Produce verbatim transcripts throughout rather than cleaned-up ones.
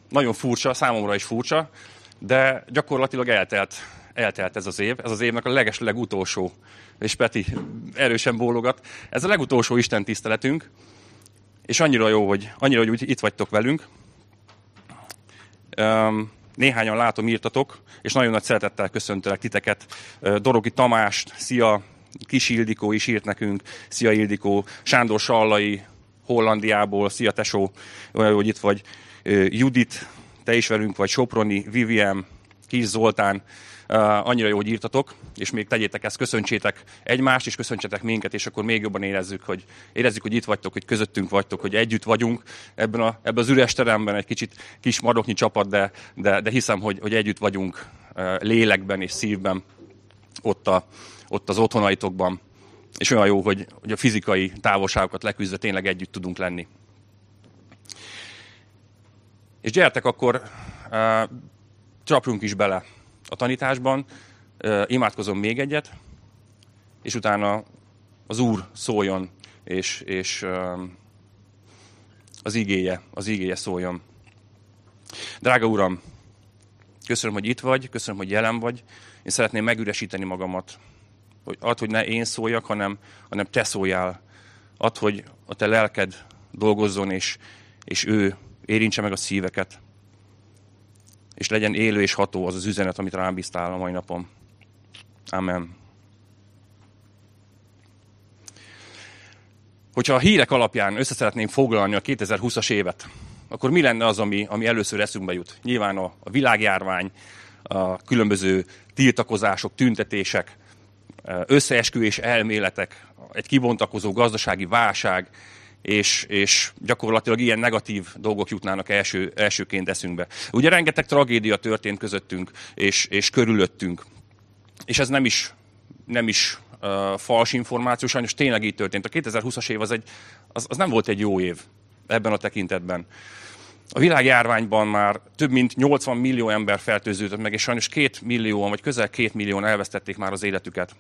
nagyon furcsa, számomra is furcsa, de gyakorlatilag eltelt, eltelt ez az év. Ez az évnek a leges legutolsó, és Peti erősen bólogat. Ez a legutolsó Isten tiszteletünk, és annyira jó, hogy, annyira, hogy itt vagytok velünk. Néhányan látom, írtatok, és nagyon nagy szeretettel köszöntelek titeket. Dorogi Tamást, szia, Kis Ildikó is írt nekünk, szia Ildikó, Sándor Sallai Hollandiából, szia tesó, olyan jó, hogy itt vagy. Judit, te is velünk vagy, Soproni, Vivien, Kis Zoltán, annyira jó, hogy írtatok, és még tegyétek ezt, köszöntsétek egymást, és köszöntsétek minket, és akkor még jobban érezzük, hogy, érezzük, hogy itt vagytok, hogy közöttünk vagytok, hogy együtt vagyunk ebben, a, ebben az üres teremben, egy kicsit kis maroknyi csapat, de, de, de hiszem, hogy, hogy együtt vagyunk lélekben és szívben, ott, a, ott az otthonaitokban, és olyan jó, hogy, hogy a fizikai távolságokat leküzdve tényleg együtt tudunk lenni. És gyertek akkor, uh, csapjunk is bele a tanításban, uh, imádkozom még egyet, és utána az Úr szóljon, és, és uh, az igéje, az igéje szóljon. Drága Uram, köszönöm, hogy itt vagy, köszönöm, hogy jelen vagy. Én szeretném megüresíteni magamat. Hogy add, hogy ne én szóljak, hanem, hanem te szóljál. Add, hogy a te lelked dolgozzon, és, és ő érintse meg a szíveket. És legyen élő és ható az az üzenet, amit rám bíztál a mai napon. Amen. Hogyha a hírek alapján össze szeretném foglalni a kétezer-húszas évet, akkor mi lenne az, ami, ami először eszünkbe jut? Nyilván a, a világjárvány, a különböző tiltakozások, tüntetések, összeesküvés elméletek, egy kibontakozó gazdasági válság, és, és gyakorlatilag ilyen negatív dolgok jutnának első, elsőként eszünkbe. Ugye rengeteg tragédia történt közöttünk, és, és körülöttünk. És ez nem is, nem is uh, fals információ, sajnos tényleg így történt. A kétezer-húszas év az, egy, az, az nem volt egy jó év ebben a tekintetben. A világjárványban már több mint nyolcvan millió ember fertőződött meg, és sajnos két millióan, vagy közel két millióan elvesztették már az életüket.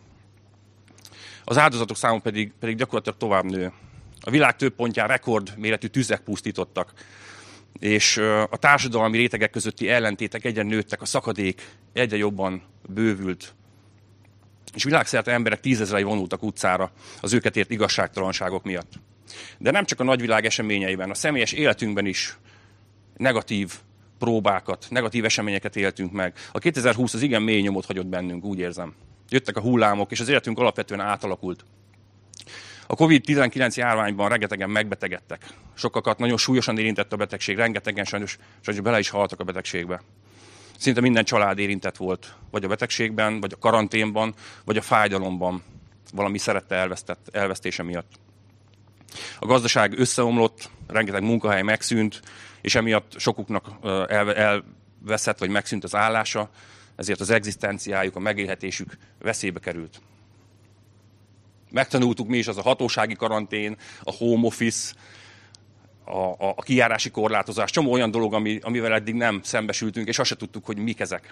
Az áldozatok száma pedig, pedig gyakorlatilag tovább nő. A világ több pontján rekordméretű tüzek pusztítottak, és a társadalmi rétegek közötti ellentétek egyre nőttek, a szakadék egyre jobban bővült. És világszerte emberek tízezrei vonultak utcára az őket ért igazságtalanságok miatt. De nem csak a nagyvilág eseményeiben, a személyes életünkben is negatív próbákat, negatív eseményeket éltünk meg. A kétezer-húsz az igen mély nyomot hagyott bennünk, úgy érzem. Jöttek a hullámok, és az életünk alapvetően átalakult. A kovid tizenkilenc járványban rengetegen megbetegedtek. Sokakat nagyon súlyosan érintett a betegség, rengetegen sajnos, sajnos bele is haltak a betegségbe. Szinte minden család érintett volt, vagy a betegségben, vagy a karanténban, vagy a fájdalomban, valami szerette elvesztett, elvesztése miatt. A gazdaság összeomlott, rengeteg munkahely megszűnt, és emiatt sokuknak elveszett, vagy megszűnt az állása, ezért az egzisztenciájuk, a megélhetésük veszélybe került. Megtanultuk mi is, az a hatósági karantén, a home office, a, a, a kijárási korlátozás, csomó olyan dolog, ami, amivel eddig nem szembesültünk, és azt se tudtuk, hogy mik ezek.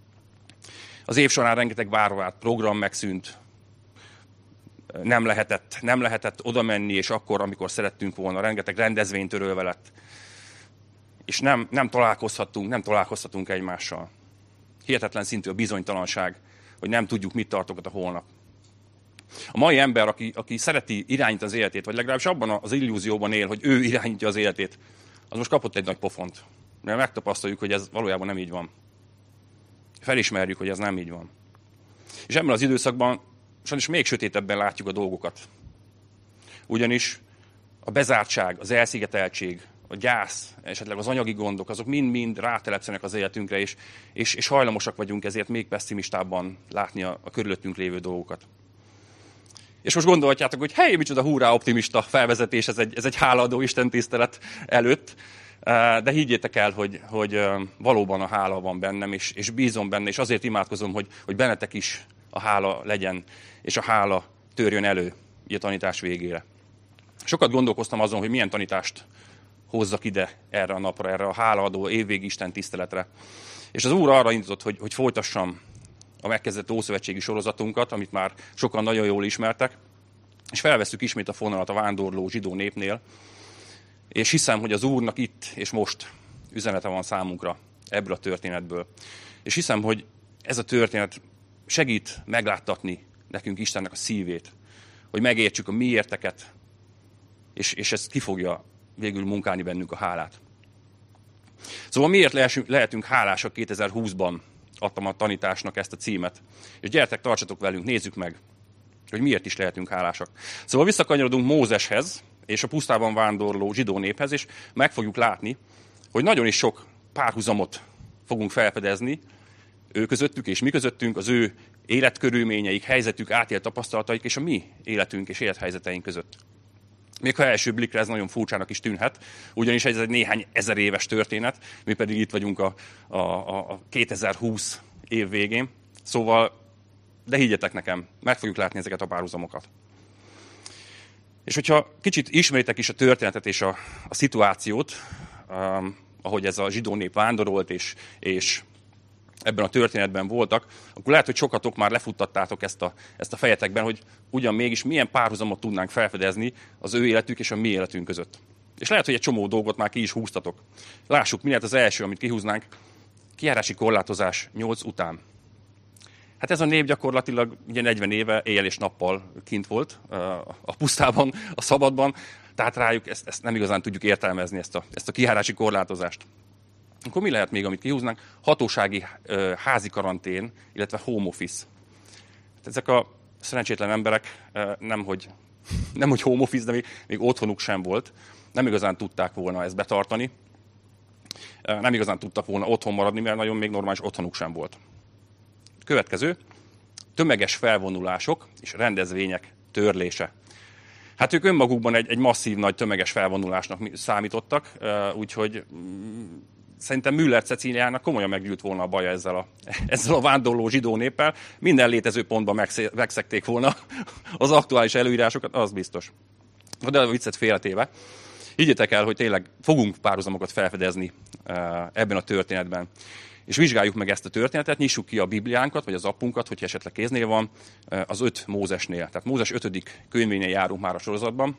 Az év során rengeteg várvárt program megszűnt, nem lehetett, nem lehetett oda menni, és akkor, amikor szerettünk volna, rengeteg rendezvény törölve lett. És nem, nem találkozhattunk, nem találkozhatunk egymással. Hihetetlen szintű a bizonytalanság, hogy nem tudjuk, mit tartogat a holnap. A mai ember, aki, aki szereti irányítani az életét, vagy legalábbis abban az illúzióban él, hogy ő irányítja az életét, az most kapott egy nagy pofont. Mert megtapasztaljuk, hogy ez valójában nem így van. Felismerjük, hogy ez nem így van. És ebben az időszakban sajnos még sötétebben látjuk a dolgokat. Ugyanis a bezártság, az elszigeteltség, a gyász, esetleg az anyagi gondok, azok mind-mind rátelepszenek az életünkre, és, és, és hajlamosak vagyunk ezért még pesszimistábban látni a, a körülöttünk lévő dolgokat. És most gondolhatjátok, hogy hely, micsoda hurrá optimista felvezetés, ez egy, ez egy hálaadó istentisztelet előtt, de higgyétek el, hogy, hogy valóban a hála van bennem, és, és bízom benne, és azért imádkozom, hogy, hogy bennetek is a hála legyen, és a hála törjön elő a tanítás végére. Sokat gondolkoztam azon, hogy milyen tanítást hozzak ide erre a napra, erre a hálaadó évvégi Isten tiszteletre. És az Úr arra indított, hogy, hogy folytassam a megkezdett ószövetségi sorozatunkat, amit már sokan nagyon jól ismertek, és felvesszük ismét a fonalat a vándorló zsidó népnél, és hiszem, hogy az Úrnak itt és most üzenete van számunkra ebből a történetből. És hiszem, hogy ez a történet segít megláttatni nekünk Istennek a szívét, hogy megértsük a miérteket, és, és ez ki fogja végül munkálni bennünk a hálát. Szóval miért lehetünk hálásak kétezer-húszban, adtam a tanításnak ezt a címet. És gyertek, tartsatok velünk, nézzük meg, hogy miért is lehetünk hálásak. Szóval visszakanyarodunk Mózeshez, és a pusztában vándorló zsidó néphez, és meg fogjuk látni, hogy nagyon is sok párhuzamot fogunk felfedezni ő közöttük és mi közöttünk, az ő életkörülményeik, helyzetük, átélt tapasztalataik és a mi életünk és élethelyzeteink között. Még ha első blikre ez nagyon furcsának is tűnhet, ugyanis ez egy néhány ezer éves történet, mi pedig itt vagyunk a, a, a kétezer-húsz év végén. Szóval, de higgyetek nekem, meg fogjuk látni ezeket a párhuzamokat. És hogyha kicsit ismeritek is a történetet és a, a szituációt, um, ahogy ez a zsidó nép vándorolt, és, és ebben a történetben voltak, akkor lehet, hogy sokatok már lefuttattátok ezt a, ezt a fejetekben, hogy ugyan mégis milyen párhuzamot tudnánk felfedezni az ő életük és a mi életünk között. És lehet, hogy egy csomó dolgot már ki is húztatok. Lássuk, mi lehet az első, amit kihúznánk. Kijárási korlátozás nyolc után. Hát ez a nép gyakorlatilag ugye negyven éve éjjel és nappal kint volt a pusztában, a szabadban, tehát rájuk ezt, ezt nem igazán tudjuk értelmezni, ezt a, ezt a kijárási korlátozást. Akkor mi lehet még, amit kihúznánk? Hatósági uh, házi karantén, illetve home office. Hát ezek a szerencsétlen emberek uh, nemhogy, nemhogy home office, de még, még otthonuk sem volt. Nem igazán tudták volna ezt betartani. Uh, nem igazán tudtak volna otthon maradni, mert nagyon még normális otthonuk sem volt. Következő, tömeges felvonulások és rendezvények törlése. Hát ők önmagukban egy, egy masszív nagy tömeges felvonulásnak számítottak, uh, úgyhogy szerintem Müller Cecíliának komolyan meggyűlt volna a baja ezzel a, ezzel a vándorló zsidó néppel. Minden létező pontban megszegték volna az aktuális előírásokat, az biztos. De a viccet félretéve. Higgyétek el, hogy tényleg fogunk párhuzamokat felfedezni ebben a történetben. És vizsgáljuk meg ezt a történetet, nyissuk ki a Bibliánkat, vagy az appunkat, hogyha esetleg kéznél van, az öt Mózesnél. Tehát Mózes ötödik könyvénél járunk már a sorozatban.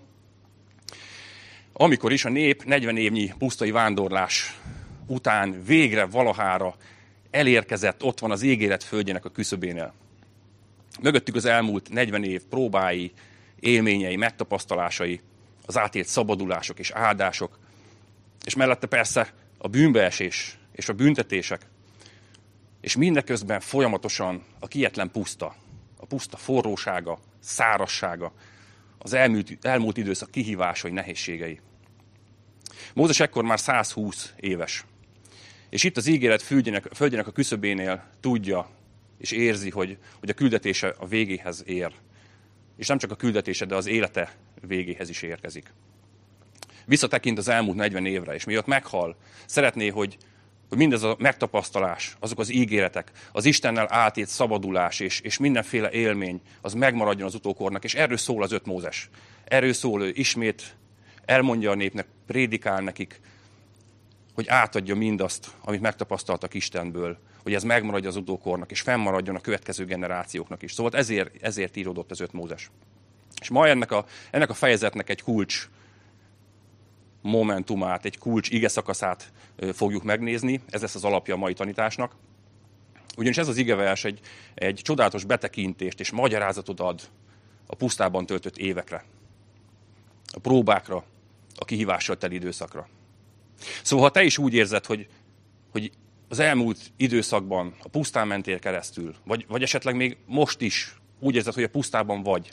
Amikor is a nép negyven évnyi pusztai vándorlás után végre valahára elérkezett, ott van az ígéret földjének a küszöbénél. Mögöttük az elmúlt negyven év próbái, élményei, megtapasztalásai, az átélt szabadulások és áldások, és mellette persze a bűnbeesés és a büntetések, és mindeközben folyamatosan a kietlen puszta, a puszta forrósága, szárassága, az elmúlt, elmúlt időszak kihívásai, nehézségei. Mózes ekkor már százhúsz éves. És itt az ígéret földjének, földjének a küszöbénél tudja és érzi, hogy, hogy a küldetése a végéhez ér. És nem csak a küldetése, de az élete végéhez is érkezik. Visszatekint az elmúlt negyven évre, és miatt meghal, szeretné, hogy, hogy mindez a megtapasztalás, azok az ígéretek, az Istennel átélt szabadulás és, és mindenféle élmény, az megmaradjon az utókornak, és erről szól az öt Mózes. Erről szól, ő ismét elmondja a népnek, prédikál nekik, hogy átadja mindazt, amit megtapasztaltak Istenből, hogy ez megmaradja az utókornak, és fennmaradjon a következő generációknak is. Szóval ezért, ezért íródott az öt Mózes. És ma ennek a, ennek a fejezetnek egy kulcs momentumát, egy kulcs ige szakaszát fogjuk megnézni. Ez lesz az alapja a mai tanításnak. Ugyanis ez az igevers egy, egy csodálatos betekintést és magyarázatot ad a pusztában töltött évekre, a próbákra, a kihívással teli időszakra. Szóval ha te is úgy érzed, hogy, hogy az elmúlt időszakban a pusztán mentél keresztül, vagy, vagy esetleg még most is úgy érzed, hogy a pusztában vagy,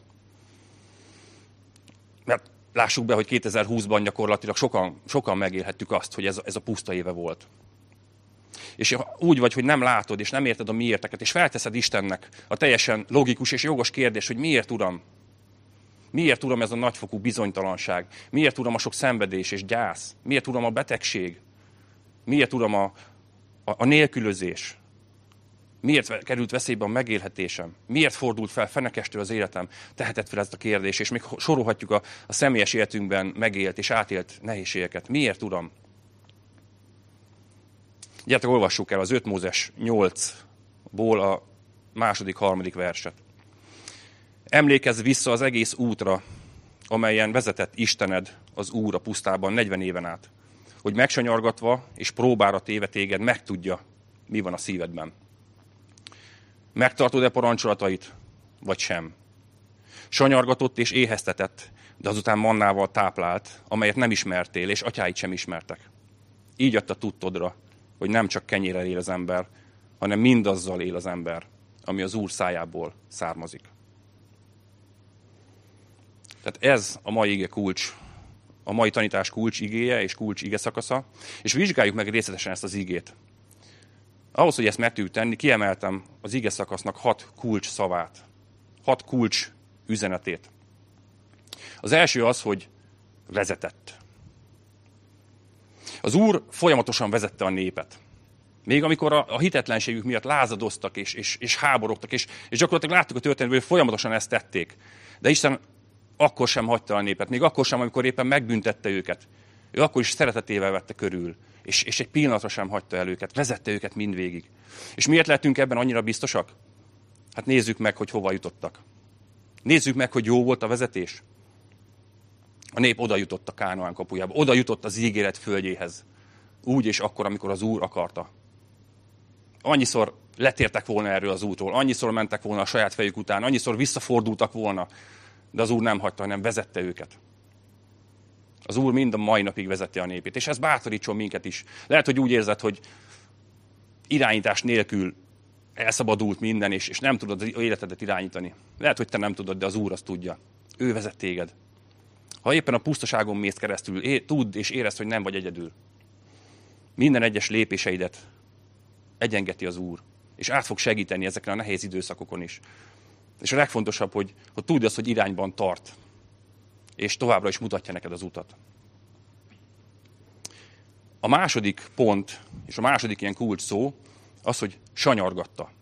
mert lássuk be, hogy kétezer-húszban gyakorlatilag sokan, sokan megélhettük azt, hogy ez, ez a puszta éve volt. És úgy vagy, hogy nem látod, és nem érted a miérteket, és felteszed Istennek a teljesen logikus és jogos kérdés, hogy miért, Uram? Miért, Uram, ez a nagyfokú bizonytalanság? Miért, Uram, a sok szenvedés és gyász? Miért, Uram, a betegség? Miért, Uram, a, a, a nélkülözés? Miért került veszélybe a megélhetésem? Miért fordult fel fenekestől az életem? Tehetett fel ezt a kérdést, és még sorolhatjuk a, a személyes életünkben megélt és átélt nehézségeket. Miért, Uram? Gyertek, olvassuk el az öt Mózes nyolcból a második, harmadik verset. Emlékezz vissza az egész útra, amelyen vezetett Istened az Úr a pusztában negyven éven át. hogy megsanyargatva és próbára téve téged megtudja, mi van a szívedben. Megtartod-e parancsolatait, vagy sem? Sanyargatott és éheztetett, de azután mannával táplált, amelyet nem ismertél, és atyáid sem ismertek. Így adta tudtodra, hogy nem csak kenyérrel él az ember, hanem mindazzal él az ember, ami az Úr szájából származik. Tehát ez a mai ige kulcs, a mai tanítás kulcs igéje és kulcs ige szakasza, és vizsgáljuk meg részletesen ezt az igét. Ahhoz, hogy ezt meg tudjuk tenni, kiemeltem az ige szakasznak hat kulcs szavát, hat kulcs üzenetét. Az első az, hogy vezetett. Az Úr folyamatosan vezette a népet. Még amikor a, a hitetlenségük miatt lázadoztak és, és, és háborogtak, és, és gyakorlatilag láttuk a történetből, hogy folyamatosan ezt tették. De Isten akkor sem hagyta a népet, még akkor sem, amikor éppen megbüntette őket. Ő akkor is szeretetével vette körül, és, és egy pillanatra sem hagyta el őket, vezette őket mindvégig. És miért lehetünk ebben annyira biztosak? Hát nézzük meg, hogy hova jutottak. Nézzük meg, hogy jó volt a vezetés. A nép oda jutott a Kánaán kapujába, oda jutott az ígéret földjéhez. Úgy és akkor, amikor az Úr akarta. Annyiszor letértek volna erről az útról, annyiszor mentek volna a saját fejük után, annyiszor visszafordultak volna, de az Úr nem hagyta, hanem vezette őket. Az Úr mind a mai napig vezeti a népét, és ez bátorítson minket is. Lehet, hogy úgy érzed, hogy irányítás nélkül elszabadult minden, és, és nem tudod az életedet irányítani. Lehet, hogy te nem tudod, de az Úr azt tudja. Ő vezet téged. Ha éppen a pusztaságon mész keresztül, é, tudd és érezd, hogy nem vagy egyedül. Minden egyes lépéseidet egyengeti az Úr, és át fog segíteni ezeken a nehéz időszakokon is. És a legfontosabb, hogy, hogy tudd azt, hogy irányban tart, és továbbra is mutatja neked az utat. A második pont, és a második ilyen kulcs szó, az, hogy sanyargatta.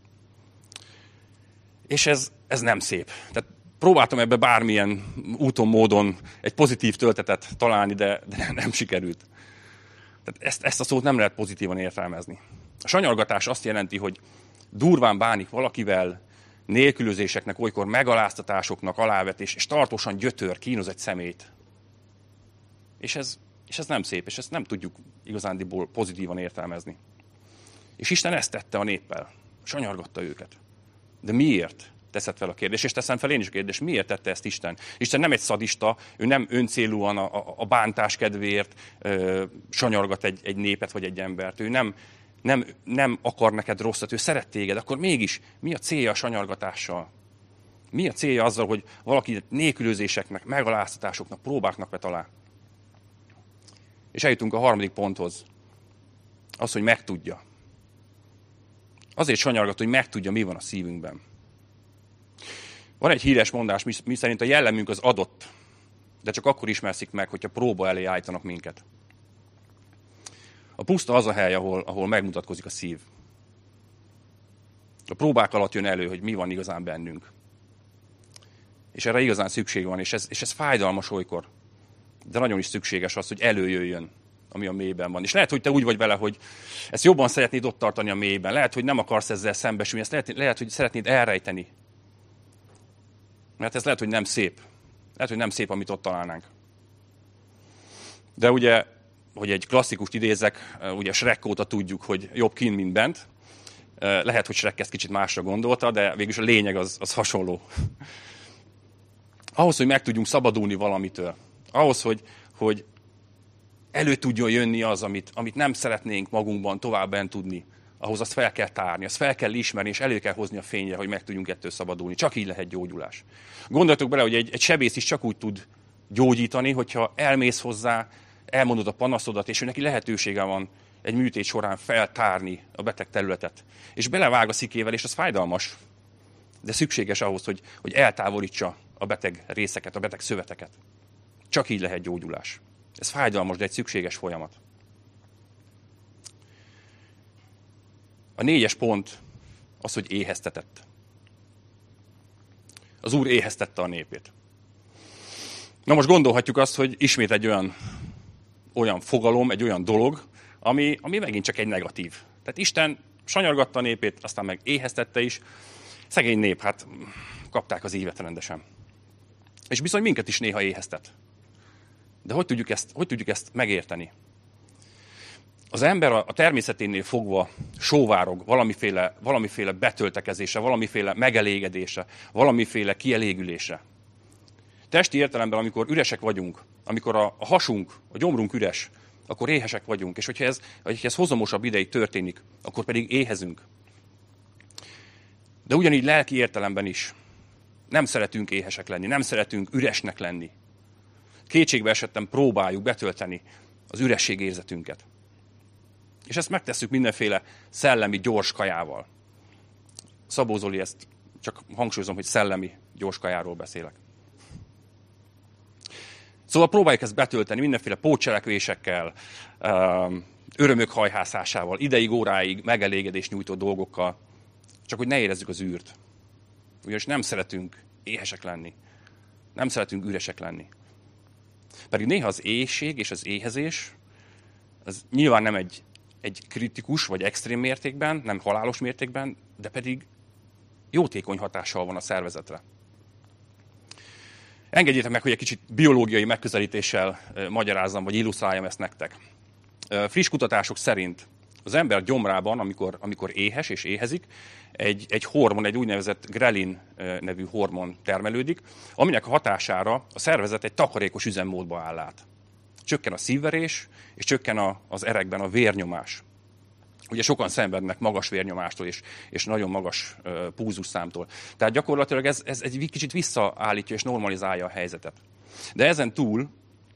És ez, ez nem szép. Tehát próbáltam ebbe bármilyen úton, módon egy pozitív töltetet találni, de, de nem sikerült. Tehát ezt, ezt a szót nem lehet pozitívan értelmezni. A sanyargatás azt jelenti, hogy durván bánik valakivel, nélkülözéseknek, olykor megaláztatásoknak alávetés, és tartósan gyötör, kínoz egy szemét. És ez, és ez nem szép, és ezt nem tudjuk igazándiból pozitívan értelmezni. És Isten ezt tette a néppel. Sanyargatta őket. De miért? Teszed fel a kérdést, és teszem fel én is a kérdést, miért tette ezt Isten? Isten nem egy szadista, ő nem öncélúan a, a, a bántás kedvéért ö, sanyargat egy, egy népet vagy egy embert. Ő nem, nem, nem akar neked rosszat, ő szeret téged. Akkor mégis mi a célja a sanyargatással? Mi a célja azzal, hogy valaki nélkülözéseknek, megaláztatásoknak, próbáknak vet alá? És eljutunk a harmadik ponthoz. Az, hogy megtudja. Azért sanyargat, hogy megtudja, mi van a szívünkben. Van egy híres mondás, mi szerint a jellemünk az adott, de csak akkor ismerszik meg, hogyha próba elé állítanak minket. A puszta az a hely, ahol, ahol megmutatkozik a szív. A próbák alatt jön elő, hogy mi van igazán bennünk. És erre igazán szükség van, és ez, és ez fájdalmas olykor. De nagyon is szükséges az, hogy előjöjjön, ami a mélyben van. És lehet, hogy te úgy vagy vele, hogy ezt jobban szeretnéd ott tartani a mélyben. Lehet, hogy nem akarsz ezzel szembesülni, ezt lehet, lehet, hogy szeretnéd elrejteni. Mert ez lehet, hogy nem szép. Lehet, hogy nem szép, amit ott találnánk. De ugye, hogy egy klasszikust idézek, ugye Shrek óta tudjuk, hogy jobb kint, mint bent. Lehet, hogy Shrek ezt kicsit másra gondolta, de végülis a lényeg az, az hasonló. Ahhoz, hogy meg tudjunk szabadulni valamitől, ahhoz, hogy, hogy elő tudjon jönni az, amit, amit nem szeretnénk magunkban tovább tudni, ahhoz azt fel kell tárni, azt fel kell ismerni, és elő kell hozni a fényre, hogy meg tudjunk ettől szabadulni. Csak így lehet gyógyulás. Gondoljatok bele, hogy egy, egy sebész is csak úgy tud gyógyítani, hogyha elmész hozzá, elmondod a panaszodat, és ő neki lehetősége van egy műtét során feltárni a beteg területet. És belevág a szikével, és az fájdalmas, de szükséges ahhoz, hogy, hogy eltávolítsa a beteg részeket, a beteg szöveteket. Csak így lehet gyógyulás. Ez fájdalmas, de egy szükséges folyamat. A négyes pont az, hogy éheztetett. Az Úr éheztette a népét. Na most gondolhatjuk azt, hogy ismét egy olyan, olyan fogalom, egy olyan dolog, ami, ami megint csak egy negatív. Tehát Isten sanyargatta a népét, aztán meg éheztette is. Szegény nép, hát kapták az ívet rendesen. És bizony minket is néha éheztet. De hogy tudjuk ezt, hogy tudjuk ezt megérteni? Az ember a természeténél fogva sóvárog valamiféle, valamiféle betöltekezése, valamiféle megelégedése, valamiféle kielégülése. Testi értelemben, amikor üresek vagyunk, amikor a, a hasunk, a gyomrunk üres, akkor éhesek vagyunk, és hogyha ez, hogyha ez hozamosabb ideig történik, akkor pedig éhezünk. De ugyanígy lelki értelemben is nem szeretünk éhesek lenni, nem szeretünk üresnek lenni. Kétségbe esetten próbáljuk betölteni az ürességérzetünket. És ezt megtesszük mindenféle szellemi gyors kajával. Szabó Zoli, ezt csak hangsúlyozom, hogy szellemi gyors kajáról beszélek. Szóval próbáljuk ezt betölteni mindenféle pótcselekvésekkel, örömök hajhászásával, ideig, óráig megelégedést nyújtó dolgokkal, csak hogy ne érezzük az űrt. Ugyanis nem szeretünk éhesek lenni. Nem szeretünk üresek lenni. Pedig néha az éhség és az éhezés, az nyilván nem egy, egy kritikus vagy extrém mértékben, nem halálos mértékben, de pedig jótékony hatással van a szervezetre. Engedjétek meg, hogy egy kicsit biológiai megközelítéssel magyarázzam, vagy illusztráljam ezt nektek. Friss kutatások szerint az ember gyomrában, amikor, amikor éhes és éhezik, egy, egy hormon, egy úgynevezett grelin nevű hormon termelődik, aminek a hatására a szervezet egy takarékos üzemmódba áll át. Csökken a szívverés, és csökken a, az erekben a vérnyomás. Ugye sokan szenvednek magas vérnyomástól és, és nagyon magas uh, pulzusszámtól. Tehát gyakorlatilag ez, ez egy kicsit visszaállítja és normalizálja a helyzetet. De ezen túl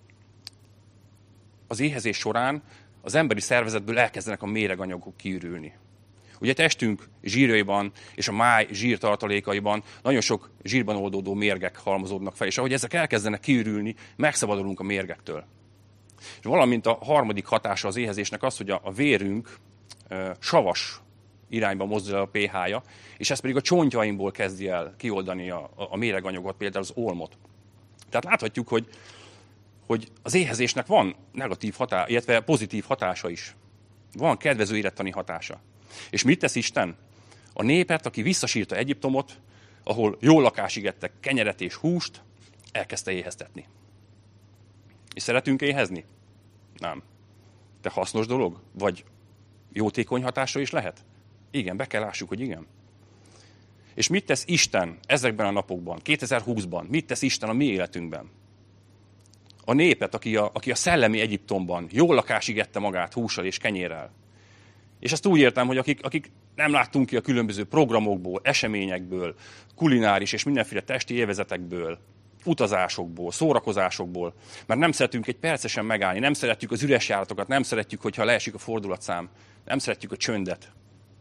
az éhezés során az emberi szervezetből elkezdenek a méreganyagok kiürülni. Ugye testünk zsírjaiban és a máj zsírtartalékaiban nagyon sok zsírban oldódó mérgek halmozódnak fel, és ahogy ezek elkezdenek kiürülni, megszabadulunk a mérgektől. És valamint a harmadik hatása az éhezésnek az, hogy a, a vérünk e, savas irányba mozdul el a pé há-ja, és ez pedig a csontjaimból kezdi el kioldani a, a, a méreganyagot, például az olmot. Tehát láthatjuk, hogy, hogy az éhezésnek van negatív hatása, illetve pozitív hatása is. Van kedvező élettani hatása. És mit tesz Isten? A népet, aki visszasírta Egyiptomot, ahol jól lakásig ettek kenyeret és húst, elkezdte éheztetni. És szeretünk éhezni? Nem. De hasznos dolog? Vagy jótékony hatása is lehet? Igen, be kell lássuk, hogy igen. És mit tesz Isten ezekben a napokban, kétezer-húszban? Mit tesz Isten a mi életünkben? A népet, aki a, aki a szellemi Egyiptomban jól lakásig ette magát hússal és kenyérrel. És ezt úgy értem, hogy akik, akik nem láttunk ki a különböző programokból, eseményekből, kulináris és mindenféle testi élvezetekből, utazásokból, szórakozásokból, mert nem szeretünk egy percesen megállni, nem szeretjük az üres járatokat, nem szeretjük, hogyha leesik a fordulatszám, nem szeretjük a csöndet.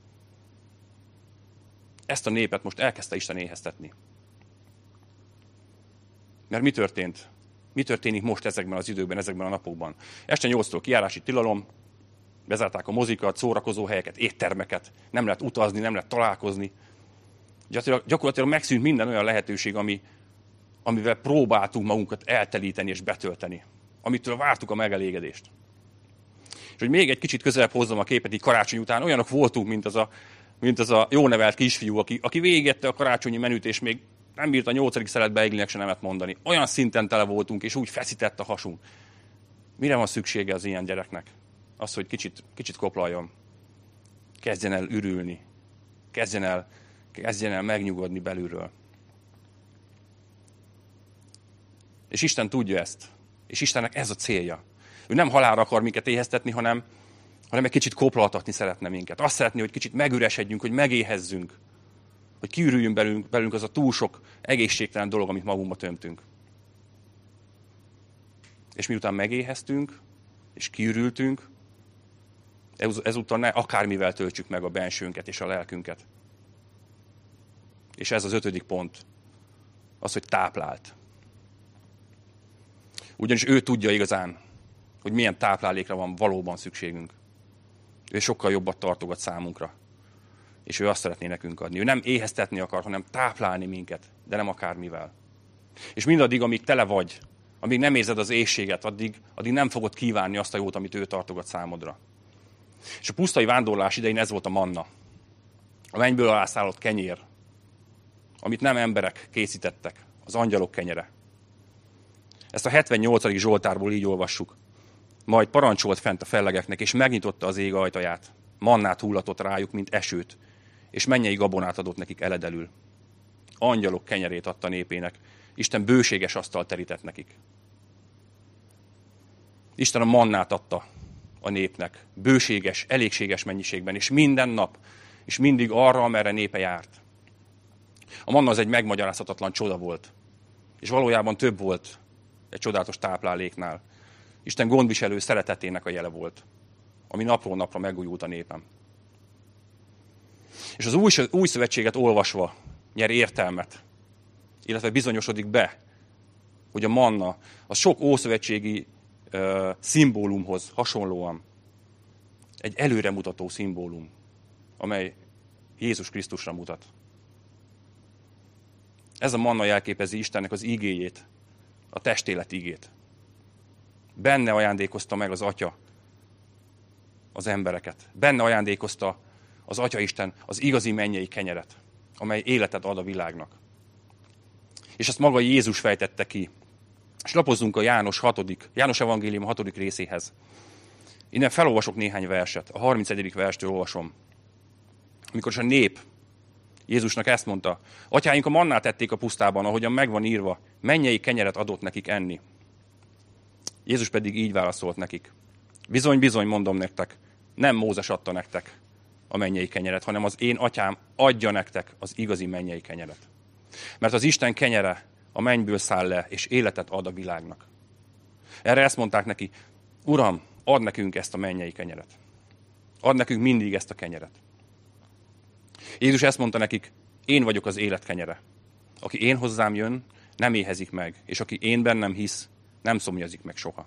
Ezt a népet most elkezdte Isten éheztetni. Mert mi történt? Mi történik most ezekben az időben, ezekben a napokban? Este nyolctól kijárási tilalom, bezárták a mozikat, szórakozóhelyeket, éttermeket, nem lehet utazni, nem lehet találkozni. Gyakorlatilag, gyakorlatilag megszűnt minden olyan lehetőség, ami, amivel próbáltunk magunkat eltelíteni és betölteni. Amitől vártuk a megelégedést. És hogy még egy kicsit közelebb hozzam a képet így karácsony után, olyanok voltunk, mint az a, mint az a jó nevelt kisfiú, aki, aki végigette a karácsonyi menüt, és még nem bírt a nyolcadik szelet beiglinek se nemet mondani. Olyan szinten tele voltunk, és úgy feszített a hasunk. Mire van szüksége az ilyen gyereknek? Az, hogy kicsit, kicsit koplaljon. Kezdjen el ürülni. Kezdjen el, kezdjen el megnyugodni belülről. És Isten tudja ezt. És Istennek ez a célja. Ő nem halálra akar minket éheztetni, hanem, hanem egy kicsit koplaltatni szeretne minket. Azt szeretné, hogy kicsit megüresedjünk, hogy megéhezzünk. Hogy kiürüljön belünk, belünk az a túl sok egészségtelen dolog, amit magunkba tömtünk. És miután megéheztünk, és kiürültünk, ezúttal ne akármivel töltsük meg a bensőnket és a lelkünket. És ez az ötödik pont. Az, hogy táplált. Ugyanis ő tudja igazán, hogy milyen táplálékra van valóban szükségünk. Ő sokkal jobbat tartogat számunkra. És ő azt szeretné nekünk adni. Ő nem éheztetni akar, hanem táplálni minket, de nem akármivel. És mindaddig, amíg tele vagy, amíg nem érzed az éhséget, addig, addig nem fogod kívánni azt a jót, amit ő tartogat számodra. És a pusztai vándorlás idején ez volt a manna. A mennyből alászállott kenyér, amit nem emberek készítettek, az angyalok kenyere. Ezt a hetvennyolcadik zsoltárból így olvassuk. majd parancsolt fent a fellegeknek, és megnyitotta az ég ajtaját. Mannát hullatott rájuk, mint esőt, és mennyei gabonát adott nekik eledelül. Angyalok kenyerét adta népének. Isten bőséges asztalt terített nekik. Isten a mannát adta a népnek. Bőséges, elégséges mennyiségben, és minden nap, és mindig arra, amerre népe járt. A manna az egy megmagyarázhatatlan csoda volt. És valójában több volt egy csodálatos tápláléknál. Isten gondviselő szeretetének a jele volt, ami napról napra megújult a népem. És az új, új szövetséget olvasva nyer értelmet, illetve bizonyosodik be, hogy a manna a sok ószövetségi uh, szimbólumhoz hasonlóan egy előremutató szimbólum, amely Jézus Krisztusra mutat. Ez a manna jelképezi Istennek az ígéjét, a testélet ígét. Benne ajándékozta meg az Atya az embereket. Benne ajándékozta az Atyaisten az igazi mennyei kenyeret, amely életet ad a világnak. És ezt maga Jézus fejtette ki. És lapozzunk a János hatodik, János evangélium hatodik részéhez. Innen felolvasok néhány verset. A harmincegyedik verstől olvasom. Amikor is a nép Jézusnak ezt mondta: Atyáink a mannát ették a pusztában, ahogyan megvan írva, mennyei kenyeret adott nekik enni. Jézus pedig így válaszolt nekik: Bizony, bizony, mondom nektek, nem Mózes adta nektek a mennyei kenyeret, hanem az én atyám adja nektek az igazi mennyei kenyeret. Mert az Isten kenyere a mennyből száll le, és életet ad a világnak. Erre ezt mondták neki: Uram, add nekünk ezt a mennyei kenyeret. Add nekünk mindig ezt a kenyeret. Jézus ezt mondta nekik: Én vagyok az élet kenyere. Aki én hozzám jön, nem éhezik meg, és aki én bennem hisz, nem szomjazik meg soha.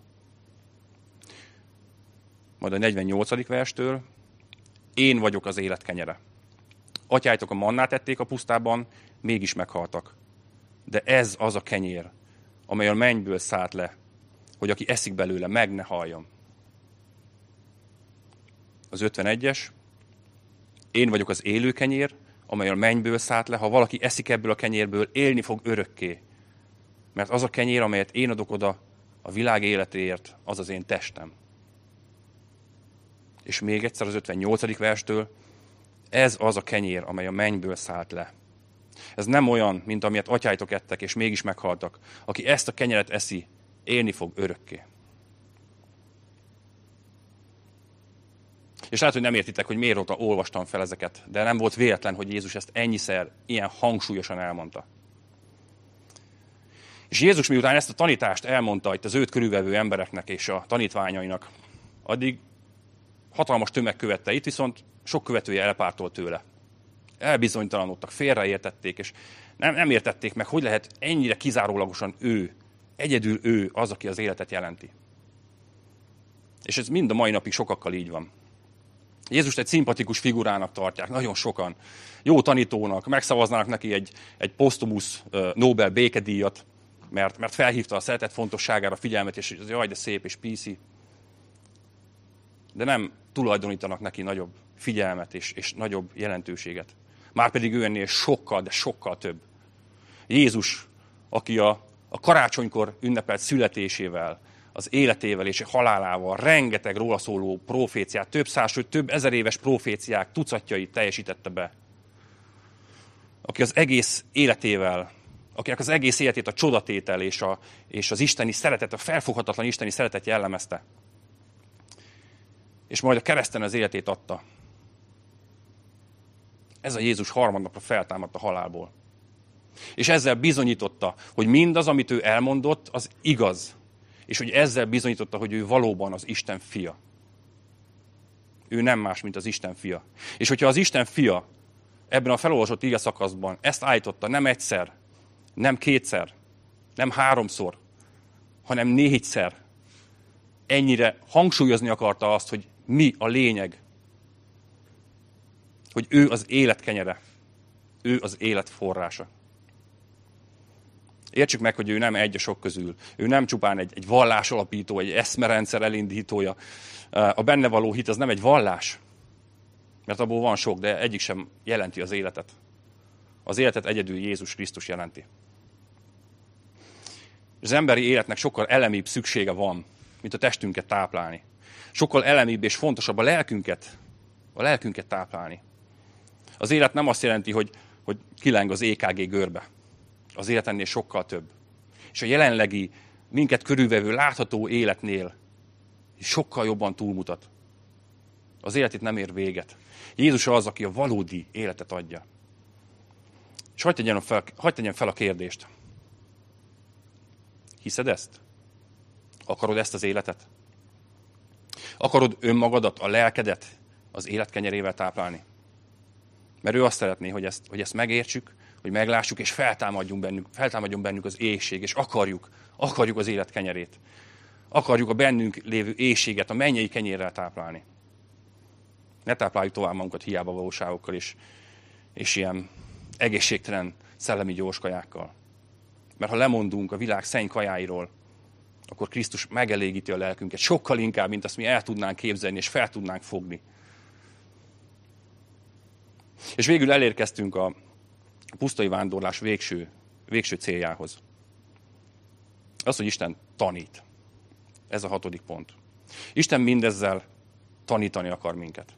Majd a negyvennyolcadik verstől: Én vagyok az élet kenyere. Atyáitok a mannát ették a pusztában, mégis meghaltak. De ez az a kenyér, amely a mennyből szállt le, hogy aki eszik belőle, meg ne haljon. Az ötvenegyes: Én vagyok az élő kenyér, amely a mennyből szállt le, ha valaki eszik ebből a kenyérből, élni fog örökké. Mert az a kenyér, amelyet én adok oda a világ életéért, az az én testem. És még egyszer az ötvennyolcadik verstől: Ez az a kenyér, amely a mennyből szállt le. Ez nem olyan, mint amilyet atyáitok ettek, és mégis meghaltak. Aki ezt a kenyeret eszi, élni fog örökké. És lehet, hogy nem értitek, hogy miért olvastam fel ezeket, de nem volt véletlen, hogy Jézus ezt ennyiszer ilyen hangsúlyosan elmondta. És Jézus miután ezt a tanítást elmondta itt az őt körülvevő embereknek és a tanítványainak, addig hatalmas tömeg követte, itt viszont sok követője elpártolt tőle. Elbizonytalanodtak, félreértették, és nem, nem értették meg, hogy lehet ennyire kizárólagosan ő, egyedül ő az, aki az életet jelenti. És ez mind a mai napig sokakkal így van. Jézust egy szimpatikus figurának tartják, nagyon sokan. Jó tanítónak, megszavaznának neki egy, egy posztumusz Nobel békedíjat, mert, mert felhívta a szeretet fontosságára figyelmet, és az jaj, de szép és píszi. De nem tulajdonítanak neki nagyobb figyelmet és, és nagyobb jelentőséget. Márpedig ő ennél sokkal, de sokkal több. Jézus, aki a, a karácsonykor ünnepelt születésével, az életével és a halálával rengeteg róla szóló proféciát, több száz, sőt több ezer éves proféciák tucatjait teljesítette be. Aki az egész életével, akinek az egész életét a csodatétel és, a, és az isteni szeretet, a felfoghatatlan isteni szeretet jellemezte. És majd a kereszten az életét adta. Ez a Jézus harmadnapra feltámadt a halálból. És ezzel bizonyította, hogy mindaz, amit ő elmondott, az igaz. És hogy ezzel bizonyította, hogy ő valóban az Isten fia. Ő nem más, mint az Isten fia. És hogyha az Isten fia ebben a felolvasott ige szakaszban ezt állította nem egyszer, nem kétszer, nem háromszor, hanem négyszer, ennyire hangsúlyozni akarta azt, hogy mi a lényeg. Hogy ő az élet kenyere. Ő az élet forrása. Értsük meg, hogy ő nem egy a sok közül. Ő nem csupán egy, egy vallásalapító, egy eszmerendszer elindítója. A benne való hit az nem egy vallás, mert abból van sok, de egyik sem jelenti az életet. Az életet egyedül Jézus Krisztus jelenti. Az emberi életnek sokkal elemibb szüksége van mint a testünket táplálni. Sokkal elemibb és fontosabb a lelkünket, a lelkünket táplálni. Az élet nem azt jelenti, hogy, hogy kileng az é ká gé görbe. Az élet ennél sokkal több. És a jelenlegi, minket körülvevő, látható életnél sokkal jobban túlmutat. Az élet itt nem ér véget. Jézus az, aki a valódi életet adja. És hagyd tegyem fel, hagyd tegyem fel a kérdést. Hiszed ezt? Akarod ezt az életet? Akarod önmagadat, a lelkedet az élet kenyerével táplálni? Mert ő azt szeretné, hogy ezt, hogy ezt megértsük, hogy meglássuk, és feltámadjunk bennünk, feltámadjon bennünk az éhség, és akarjuk, akarjuk az élet kenyerét. Akarjuk a bennünk lévő éhséget a mennyei kenyérrel táplálni. Ne tápláljuk tovább magunkat hiába valóságokkal, és, és ilyen egészségtelen szellemi gyorskajákkal. Mert ha lemondunk a világ szenny kajáiról, akkor Krisztus megelégíti a lelkünket sokkal inkább, mint azt mi el tudnánk képzelni, és fel tudnánk fogni. És végül elérkeztünk a pusztai vándorlás végső, végső céljához. Az, hogy Isten tanít. Ez a hatodik pont. Isten mindezzel tanítani akar minket.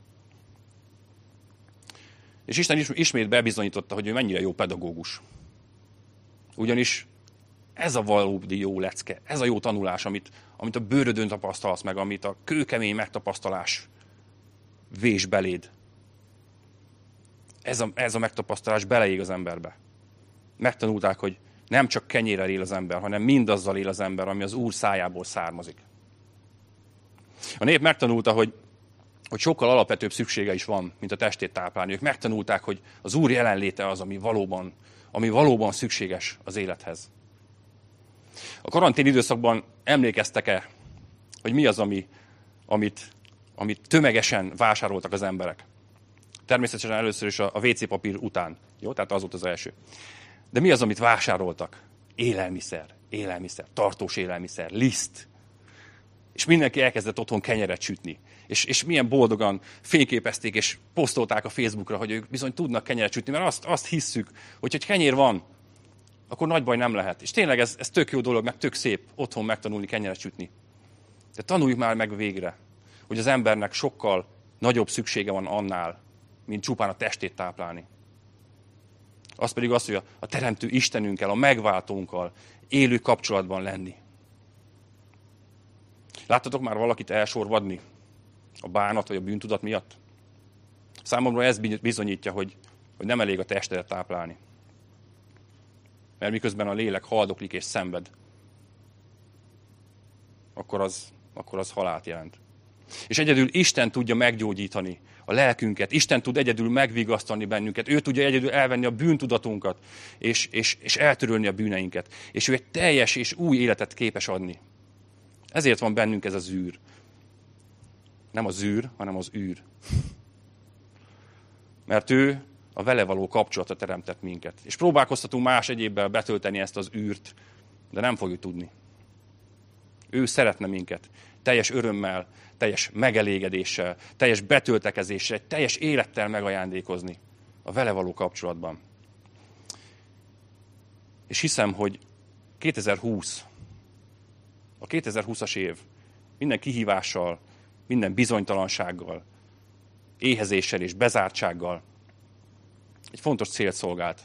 És Isten ismét bebizonyította, hogy ő mennyire jó pedagógus. Ugyanis ez a valódi jó lecke, ez a jó tanulás, amit, amit a bőrödön tapasztalsz meg, amit a kőkemény megtapasztalás vés beléd. Ez a, ez a megtapasztalás beleég az emberbe. Megtanulták, hogy nem csak kenyérrel él az ember, hanem mindazzal él az ember, ami az Úr szájából származik. A nép megtanulta, hogy, hogy sokkal alapvetőbb szüksége is van, mint a testét táplálni. Ők megtanulták, hogy az Úr jelenléte az, ami valóban, ami valóban szükséges az élethez. A karantén időszakban emlékeztek-e, hogy mi az, ami, amit, amit tömegesen vásároltak az emberek? Természetesen először is a vé cé papír után. Jó, tehát az volt az első. De mi az, amit vásároltak? Élelmiszer, élelmiszer, tartós élelmiszer, liszt. És mindenki elkezdett otthon kenyeret sütni. És, és milyen boldogan fényképezték és posztolták a Facebookra, hogy ők bizony tudnak kenyeret sütni, mert azt, azt hisszük, hogy hogy kenyér van, akkor nagy baj nem lehet. És tényleg ez, ez tök jó dolog, meg tök szép otthon megtanulni kenyeret sütni. De tanuljuk már meg végre, hogy az embernek sokkal nagyobb szüksége van annál, mint csupán a testét táplálni. Az pedig az, hogy a teremtő Istenünkkel, a megváltónkkal élő kapcsolatban lenni. Láttatok már valakit elsorvadni a bánat vagy a bűntudat miatt? Számomra ez bizonyítja, hogy, hogy nem elég a testet táplálni. Mert miközben a lélek haldoklik és szenved, akkor az, akkor az halált jelent. És egyedül Isten tudja meggyógyítani a lelkünket. Isten tud egyedül megvigasztani bennünket. Ő tudja egyedül elvenni a bűntudatunkat, és, és, és eltörölni a bűneinket. És ő egy teljes és új életet képes adni. Ezért van bennünk ez az űr. Nem az űr, hanem az űr. Mert ő a vele való kapcsolatra teremtett minket. És próbálkoztatunk más egyébbel betölteni ezt az űrt, de nem fogjuk tudni. Ő szeretne minket teljes örömmel, teljes megelégedéssel, teljes betöltekezéssel, teljes élettel megajándékozni a vele való kapcsolatban. És hiszem, hogy kétezer-húsz, a kétezer-húszas év minden kihívással, minden bizonytalansággal, éhezéssel és bezártsággal egy fontos célt szolgált.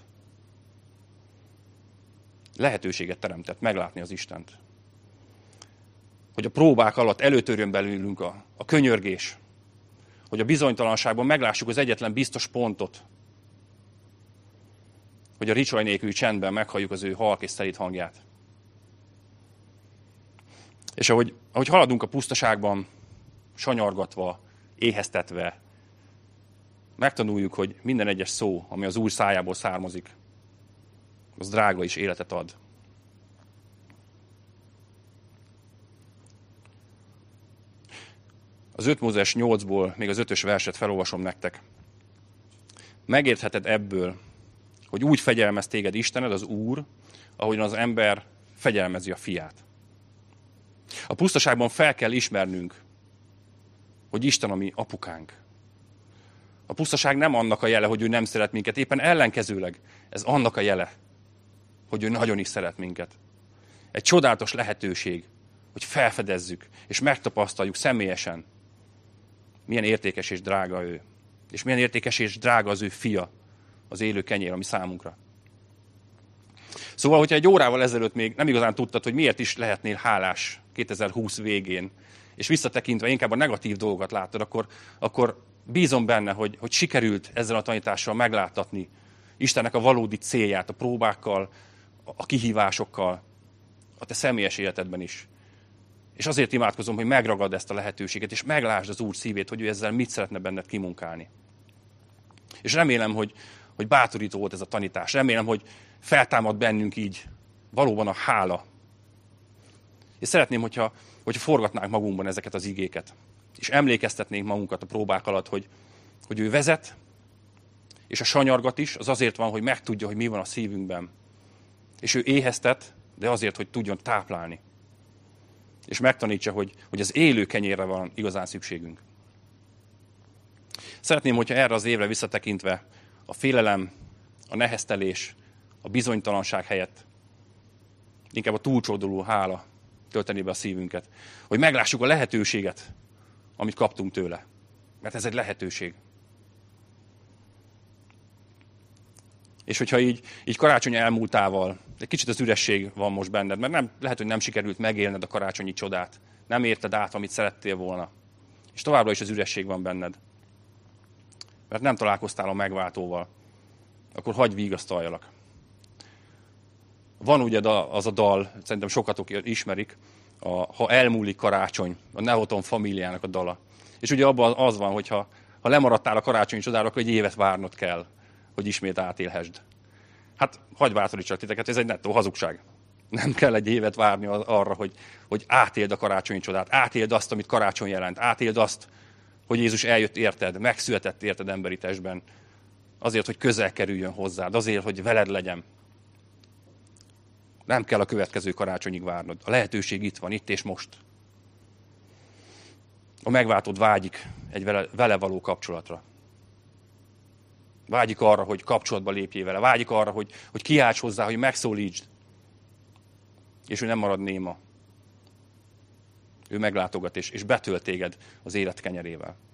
Lehetőséget teremtett meglátni az Istent. Hogy a próbák alatt előtörjön belőlünk a, a könyörgés. Hogy a bizonytalanságban meglássuk az egyetlen biztos pontot. Hogy a ricsaj nélküli csendben meghalljuk az ő halk és szelíd hangját. És ahogy, ahogy haladunk a pusztaságban, sanyargatva, éheztetve, megtanuljuk, hogy minden egyes szó, ami az Úr szájából származik, az drága és életet ad. Az öt Mózes nyolcból még az ötös verset felolvasom nektek. Megértheted ebből, hogy úgy fegyelmez téged Istened, az Úr, ahogyan az ember fegyelmezi a fiát. A pusztaságban fel kell ismernünk, hogy Isten a mi apukánk. A pusztaság nem annak a jele, hogy ő nem szeret minket, éppen ellenkezőleg ez annak a jele, hogy ő nagyon is szeret minket. Egy csodálatos lehetőség, hogy felfedezzük, és megtapasztaljuk személyesen, milyen értékes és drága ő. És milyen értékes és drága az ő fia, az élő kenyér, ami számunkra. Szóval, hogyha egy órával ezelőtt még nem igazán tudtad, hogy miért is lehetnél hálás kétezer-húsz végén, és visszatekintve inkább a negatív dolgokat láttad, akkor, akkor bízom benne, hogy, hogy sikerült ezzel a tanítással megláttatni Istennek a valódi célját a próbákkal, a kihívásokkal, a te személyes életedben is. És azért imádkozom, hogy megragad ezt a lehetőséget, és meglásd az Úr szívét, hogy ő ezzel mit szeretne benned kimunkálni. És remélem, hogy, hogy bátorító volt ez a tanítás. Remélem, hogy feltámad bennünk így valóban a hála. És szeretném, hogyha, hogyha forgatnánk magunkban ezeket az igéket. És emlékeztetnénk magunkat a próbák alatt, hogy, hogy ő vezet, és a sanyargat is, az azért van, hogy megtudja, hogy mi van a szívünkben. És ő éheztet, de azért, hogy tudjon táplálni. És megtanítsa, hogy, hogy az élő kenyérre van igazán szükségünk. Szeretném, hogyha erre az évre visszatekintve a félelem, a neheztelés, a bizonytalanság helyett inkább a túlcsorduló hála tölteni be a szívünket. Hogy meglássuk a lehetőséget, amit kaptunk tőle. Mert ez egy lehetőség. És hogyha így, így karácsony elmúltával egy kicsit az üresség van most benned, mert nem, lehet, hogy nem sikerült megélned a karácsonyi csodát. Nem érted át, amit szerettél volna. És továbbra is az üresség van benned. Mert nem találkoztál a megváltóval. Akkor hagyj vigasztaljalak. Van ugye az a dal, szerintem sokatok ismerik, a, ha elmúlik karácsony, a Nehoton Familiának a dala. És ugye abban az van, hogy ha, ha lemaradtál a karácsonyi csodára, akkor egy évet várnod kell, hogy ismét átélhessd. Hát hagyj bátorítsak titeket, ez egy nettó hazugság. Nem kell egy évet várni arra, hogy, hogy átéld a karácsonyi csodát, átéld azt, amit karácsony jelent, átéld azt, hogy Jézus eljött érted, megszületett érted emberi testben, azért, hogy közel kerüljön hozzád, azért, hogy veled legyen. Nem kell a következő karácsonyig várnod. A lehetőség itt van, itt és most. A megváltód vágyik egy vele, vele való kapcsolatra. Vágyik arra, hogy kapcsolatba lépjél vele. Vágyik arra, hogy, hogy kiálts hozzá, hogy megszólítsd. És ő nem marad néma. Ő meglátogat és, és betölt téged az élet kenyerével.